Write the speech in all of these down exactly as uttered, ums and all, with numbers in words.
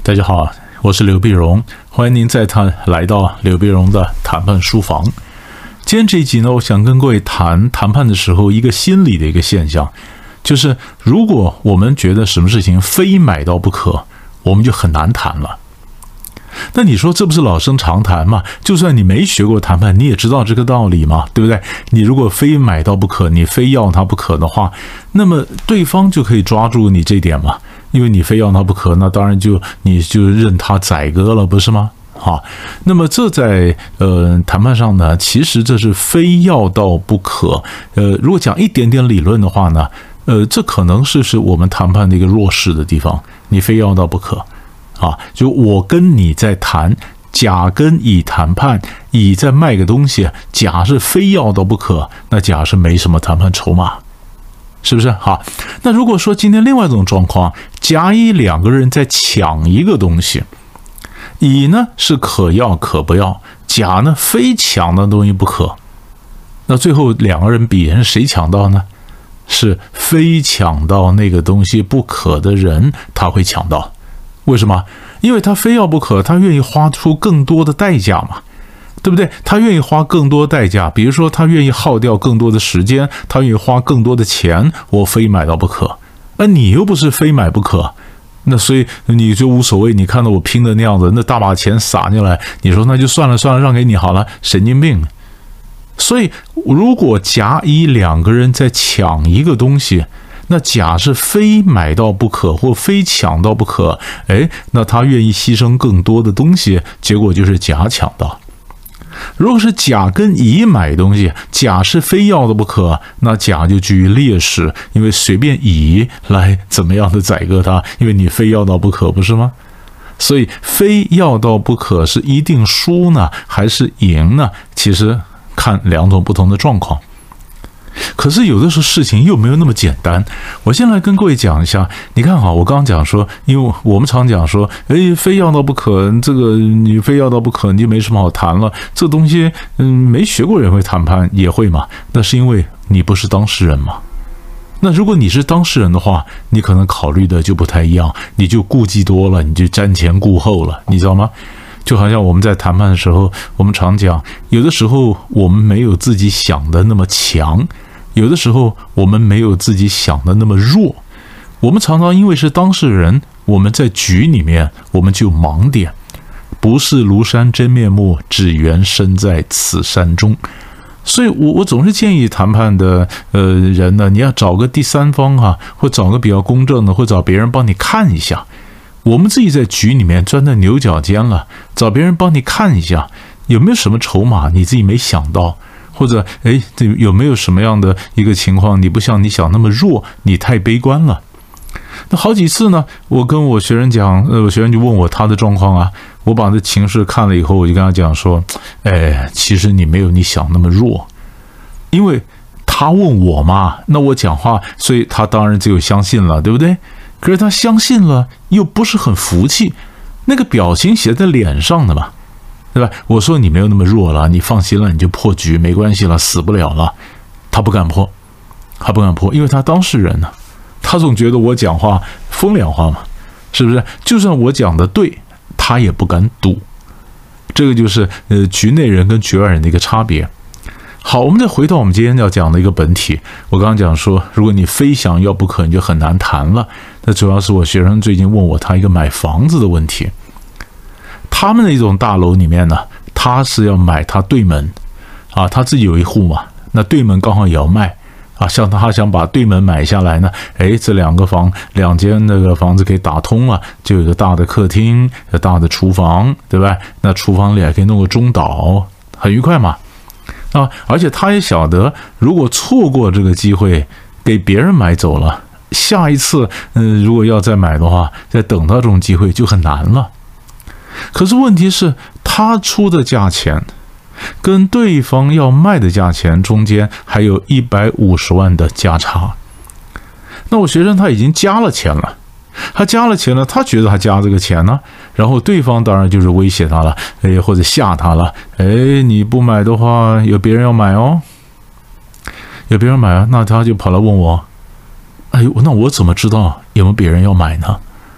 大家好，我是刘碧荣，欢迎您再谈来到刘碧荣的谈判书房。今天这一集呢，我想跟各位谈谈判的时候一个心理的一个现象，就是如果我们觉得什么事情非买到不可，我们就很难谈了。那你说这不是老生常谈吗？就算你没学过谈判，你也知道这个道理嘛，对不对？你如果非买到不可，你非要它不可的话，那么对方就可以抓住你这点嘛，因为你非要它不可，那当然就你就任他宰割了，不是吗？好，那么这在呃谈判上呢，其实这是非要到不可。呃，如果讲一点点理论的话呢，呃，这可能是是我们谈判的一个弱势的地方，你非要到不可。啊，就我跟你在谈，甲跟乙谈判，乙在卖个东西，甲是非要到不可，那甲是没什么谈判筹码，是不是？好，那如果说今天另外一种状况，甲乙两个人在抢一个东西，乙呢是可要可不要，甲呢非抢那东西不可，那最后两个人比人谁抢到呢？是非抢到那个东西不可的人，他会抢到。为什么？因为他非要不可，他愿意花出更多的代价嘛，对不对？他愿意花更多代价，比如说他愿意耗掉更多的时间，他愿意花更多的钱，我非买到不可。而你又不是非买不可，那所以你就无所谓。你看到我拼的那样子，那大把钱撒进来，你说那就算了算了，让给你好了，神经病。所以如果甲乙两个人在抢一个东西，那甲是非买到不可或非抢到不可，哎，那他愿意牺牲更多的东西，结果就是甲抢到。如果是甲跟乙买东西，甲是非要的不可，那甲就居于劣势，因为随便乙来怎么样的宰割他，因为你非要到不可，不是吗？所以非要到不可是一定输呢，还是赢呢？其实看两种不同的状况。可是有的时候事情又没有那么简单。我先来跟各位讲一下，你看哈，我刚刚讲说，因为我们常讲说，哎，非要到不可，这个你非要到不可，你就没什么好谈了。这东西，嗯，没学过人会谈判也会嘛？那是因为你不是当事人嘛。那如果你是当事人的话，你可能考虑的就不太一样，你就顾忌多了，你就瞻前顾后了，你知道吗？就好像我们在谈判的时候，我们常讲，有的时候我们没有自己想的那么强，有的时候我们没有自己想的那么弱。我们常常因为是当事人，我们在局里面我们就有盲点，不是庐山真面目，只缘身在此山中。所以我我总是建议谈判的呃人呢，你要找个第三方啊，或找个比较公正的，或找别人帮你看一下。我们自己在局里面钻在牛角尖了，找别人帮你看一下有没有什么筹码你自己没想到，或者哎，有没有什么样的一个情况你不像你想那么弱，你太悲观了。那好几次呢，我跟我学生讲，呃，我学生就问我他的状况啊，我把这情势看了以后，我就跟他讲说，哎，其实你没有你想那么弱，因为他问我嘛，那我讲话，所以他当然只有相信了，对不对？可是他相信了，又不是很服气，那个表情写在脸上的嘛，对吧？我说你没有那么弱了，你放心了，你就破局，没关系了，死不了了。他不敢破，他不敢破，因为他当事人呢，他总觉得我讲话风凉话嘛，是不是？就算我讲的对，他也不敢赌。这个就是呃局内人跟局外人的一个差别。好，我们再回到我们今天要讲的一个本体。我刚刚讲说，如果你非想要不可，你就很难谈了。那主要是我学生最近问我他一个买房子的问题。他们那种大楼里面呢，他是要买他对门啊，他自己有一户嘛，那对门刚好也要卖啊，像他想把对门买下来呢，哎，这两个房两间那个房子可以打通了，就有一个大的客厅，有大的厨房，对吧？那厨房里还可以弄个中岛，很愉快嘛。啊，而且他也晓得，如果错过这个机会，给别人买走了，下一次，嗯、呃，如果要再买的话，再等到这种机会就很难了。可是问题是，他出的价钱跟对方要卖的价钱中间还有一百五十万的价差。那我学生他已经加了钱了。他加了钱了，他觉得他加这个钱呢，然后对方当然就是威胁他了，哎，或者吓他了，哎，你不买的话，有别人要买哦，有别人买啊，那他就跑来问我，哎，那我怎么知道有没有别人要买呢？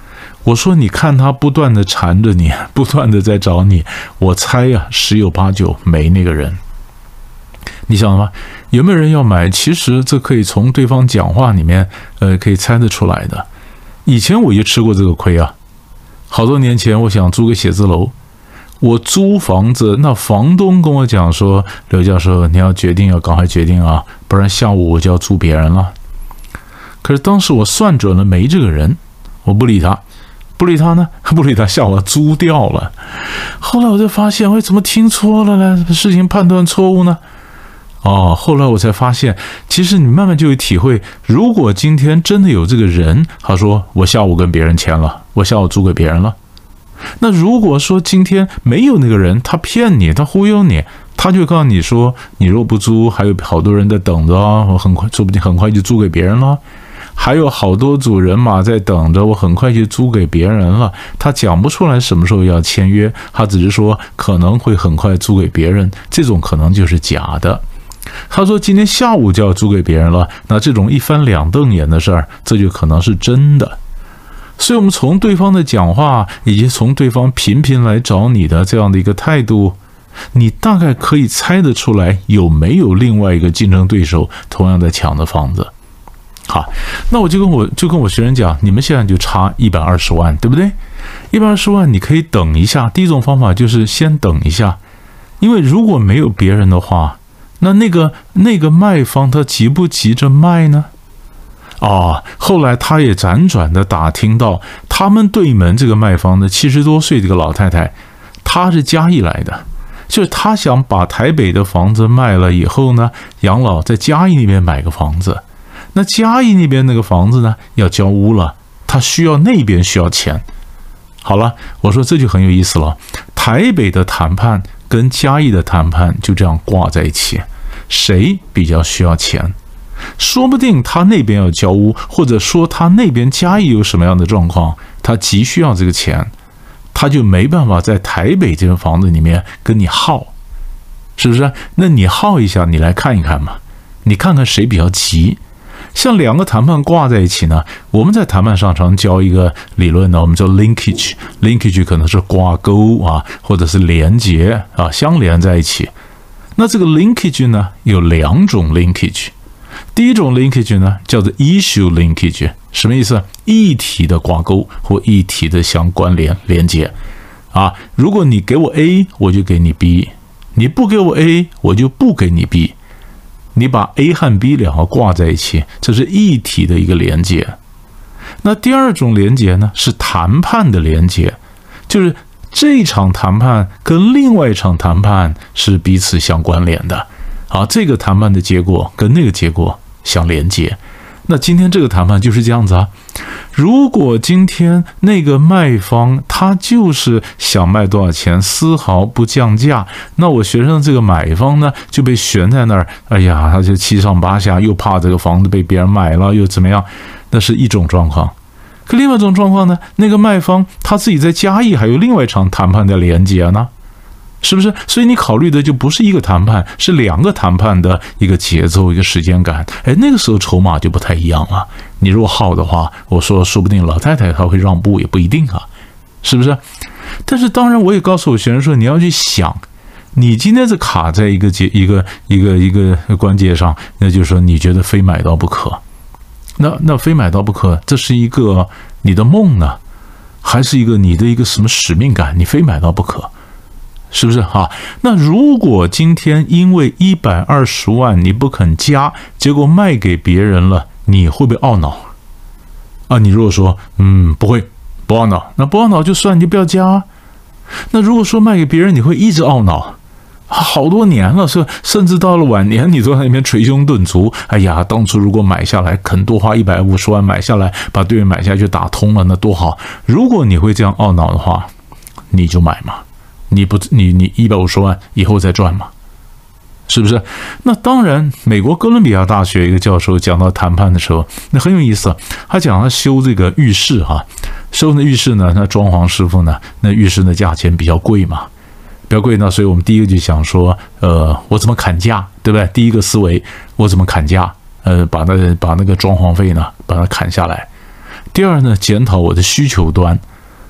我说你看他不断的缠着你，不断的在找你，我猜呀、啊，十有八九没那个人。你想吗？有没有人要买？其实这可以从对方讲话里面，呃，可以猜得出来的。以前我也吃过这个亏啊。好多年前，我想租个写字楼，我租房子，那房东跟我讲说：“刘教授，你要决定，要赶快决定啊，不然下午我就要租别人了。”可是当时我算准了没这个人，我不理他，不理他呢，不理他，下午租掉了。后来我就发现，我怎么听错了呢？事情判断错误呢？哦，后来我才发现，其实你慢慢就会体会，如果今天真的有这个人，他说我下午跟别人签了，我下午租给别人了。那如果说今天没有那个人，他骗你，他忽悠你，他就告诉你说，你若不租，还有好多人在等着啊，我很快，说不定很快就租给别人了。还有好多组人马在等着，我很快就租给别人了。他讲不出来什么时候要签约，他只是说可能会很快租给别人，这种可能就是假的。他说今天下午就要租给别人了，那这种一翻两瞪眼的事儿，这就可能是真的。所以我们从对方的讲话，以及从对方频频来找你的这样的一个态度，你大概可以猜得出来有没有另外一个竞争对手同样在抢的房子。好，那我就跟我就跟我学生讲，你们现在就差一百二十万，对不对？一百二十万你可以等一下。第一种方法就是先等一下，因为如果没有别人的话，那那个那个卖方他急不急着卖呢？哦，后来他也辗转的打听到，他们对门这个卖方的七十多岁这个老太太，她是嘉义来的，就是她想把台北的房子卖了以后呢，养老在嘉义那边买个房子。那嘉义那边那个房子呢，要交屋了，他需要那边需要钱。好了，我说这就很有意思了。台北的谈判跟嘉义的谈判就这样挂在一起，谁比较需要钱？说不定他那边要交屋，或者说他那边嘉义有什么样的状况，他急需要这个钱，他就没办法在台北这个房子里面跟你耗，是不是？那你耗一下，你来看一看嘛，你看看谁比较急。像两个谈判挂在一起呢，我们在谈判上常教一个理论呢，我们叫 linkage， linkage 可能是挂钩啊，或者是连结啊，相连在一起。那这个 linkage 呢，有两种 linkage。第一种 linkage 呢，叫做 issue linkage， 什么意思？议题的挂钩或议题的相关联连接啊。如果你给我 A， 我就给你 B； 你不给我 A， 我就不给你 B。你把 A 和 B 两个挂在一起，这是议题的一个连接。那第二种连接呢，是谈判的连接，就是这场谈判跟另外一场谈判是彼此相关联的，啊，这个谈判的结果跟那个结果相连接。那今天这个谈判就是这样子啊。如果今天那个卖方他就是想卖多少钱，丝毫不降价，那我学生这个买方呢就被悬在那儿，哎呀，他就七上八下，又怕这个房子被别人买了，又怎么样？那是一种状况。可另外一种状况呢，那个卖方他自己在嘉义还有另外一场谈判的连接呢。是不是？所以你考虑的就不是一个谈判，是两个谈判的一个节奏、一个时间感。哎，那个时候筹码就不太一样了。你如果耗的话，我说说不定老太太她会让步，也不一定啊，是不是？但是当然，我也告诉我学生说，你要去想，你今天是卡在一个节、一个一个一个关节上，那就是说你觉得非买到不可。那那非买到不可，这是一个你的梦呢，还是一个你的一个什么使命感？你非买到不可。是不是哈？那如果今天因为一百二十万你不肯加，结果卖给别人了，你会不会懊恼啊？你如果说嗯不会，不懊恼，那不懊恼就算，你就不要加。那如果说卖给别人，你会一直懊恼，好多年了，是甚至到了晚年，你都在那边捶胸顿足。哎呀，当初如果买下来，肯多花一百五十万买下来，把对面买下去打通了，那多好。如果你会这样懊恼的话，你就买嘛。你不，你你一百五十万以后再赚嘛，是不是？那当然，美国哥伦比亚大学一个教授讲到谈判的时候，那很有意思。他讲他修这个浴室哈、啊，修那浴室呢，那装潢师傅呢，那浴室的价钱比较贵嘛，比较贵呢，所以我们第一个就想说，呃，我怎么砍价，对不对？第一个思维，我怎么砍价？呃，把那把那个装潢费呢，把它砍下来。第二呢，检讨我的需求端。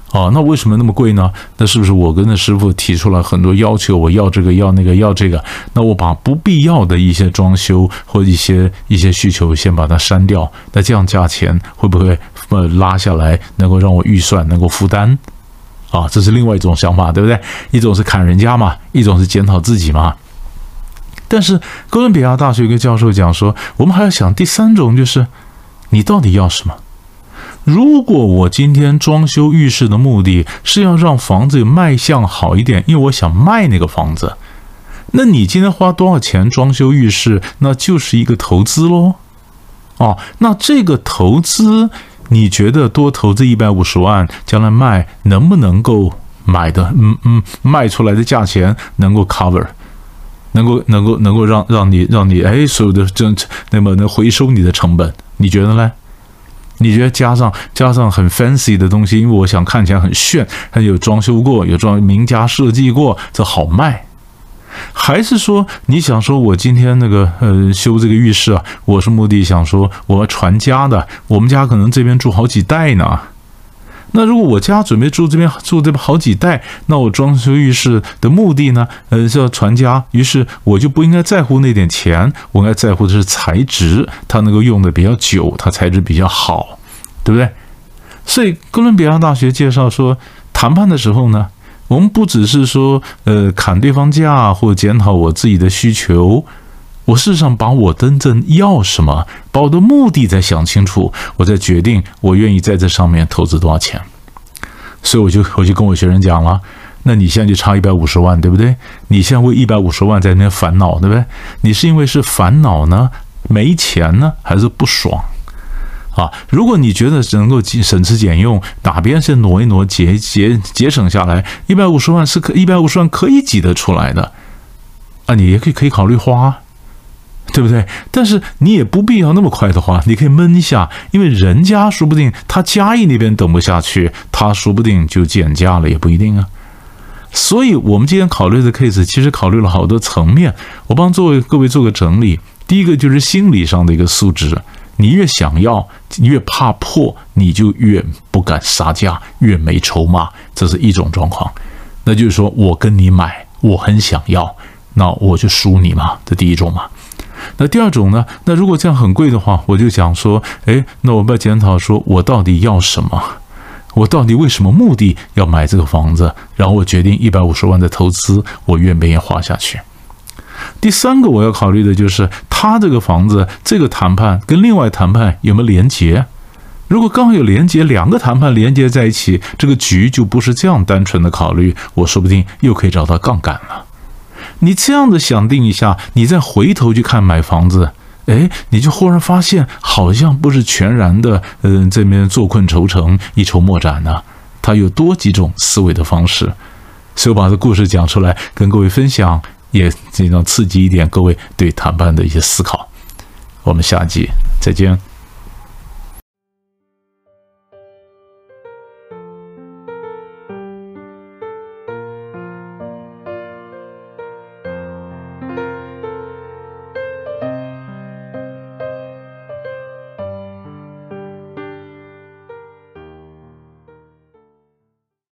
哦，那为什么那么贵呢？那是不是我跟那师傅提出了很多要求，我要这个要那个要这个，那我把不必要的一些装修或一些一些需求先把它删掉，那这样价钱会不会呃拉下来，能够让我预算能够负担？啊，这是另外一种想法，对不对？一种是砍人家嘛，一种是检讨自己嘛。但是哥伦比亚大学一个教授讲说，我们还要想第三种，就是你到底要什么？如果我今天装修浴室的目的是要让房子卖相好一点，因为我想卖那个房子，那你今天花多少钱装修浴室，那就是一个投资咯。哦，那这个投资，你觉得多投资一百五十万，将来卖能不能够买的，嗯嗯，卖出来的价钱能够 cover， 能够能够能够让让你让你哎所有的这那么能回收你的成本，你觉得呢？你觉得加上加上很 fancy 的东西，因为我想看起来很炫，还有装修过，有装名家设计过，这好卖？还是说你想说我今天那个呃修这个浴室啊，我是目的想说我要传家的，我们家可能这边住好几代呢。那如果我家准备住这边住这边好几代，那我装修浴室的目的呢，呃是要传家，于是我就不应该在乎那点钱，我应该在乎的是材质，它能够用的比较久，它材质比较好，对不对？所以哥伦比亚大学介绍说，谈判的时候呢，我们不只是说呃砍对方价或检讨我自己的需求，我事实上把我真正要什么，把我的目的再想清楚，我再决定我愿意在这上面投资多少钱。所以我就回去跟我学生讲了，那你现在就差一百五十万，对不对？你现在为一百五十万在那边烦恼，对不对？你是因为是烦恼呢，没钱呢，还是不爽？啊，如果你觉得能够省吃俭用，哪边是挪一挪节节节省下来，一百五十万是可一百五十万可以挤得出来的啊，你也可以可以考虑花，对不对？但是你也不必要那么快的花，你可以闷一下，因为人家说不定他嘉义那边等不下去，他说不定就减价了，也不一定啊。所以我们今天考虑的 case 其实考虑了好多层面，我帮各位各位做个整理。第一个就是心理上的一个素质，你越想要，越怕破，你就越不敢杀价，越没筹码，这是一种状况。那就是说我跟你买，我很想要，那我就输你嘛，这第一种嘛。那第二种呢？那如果这样很贵的话，我就想说，哎，那我们要检讨说，我到底要什么？我到底为什么目的要买这个房子？然后我决定一百五十万的投资，我愿不愿意花下去？第三个我要考虑的就是，他这个房子这个谈判跟另外谈判有没有连结？如果刚好有连结，两个谈判连接在一起，这个局就不是这样单纯的考虑，我说不定又可以找到杠杆了。你这样子想定一下，你再回头去看买房子，哎，你就忽然发现好像不是全然的，嗯、呃，这边坐困愁城，一筹莫展呢、啊。它有多几种思维的方式，所以我把这故事讲出来跟各位分享，也尽量刺激一点各位对谈判的一些思考。我们下集再见。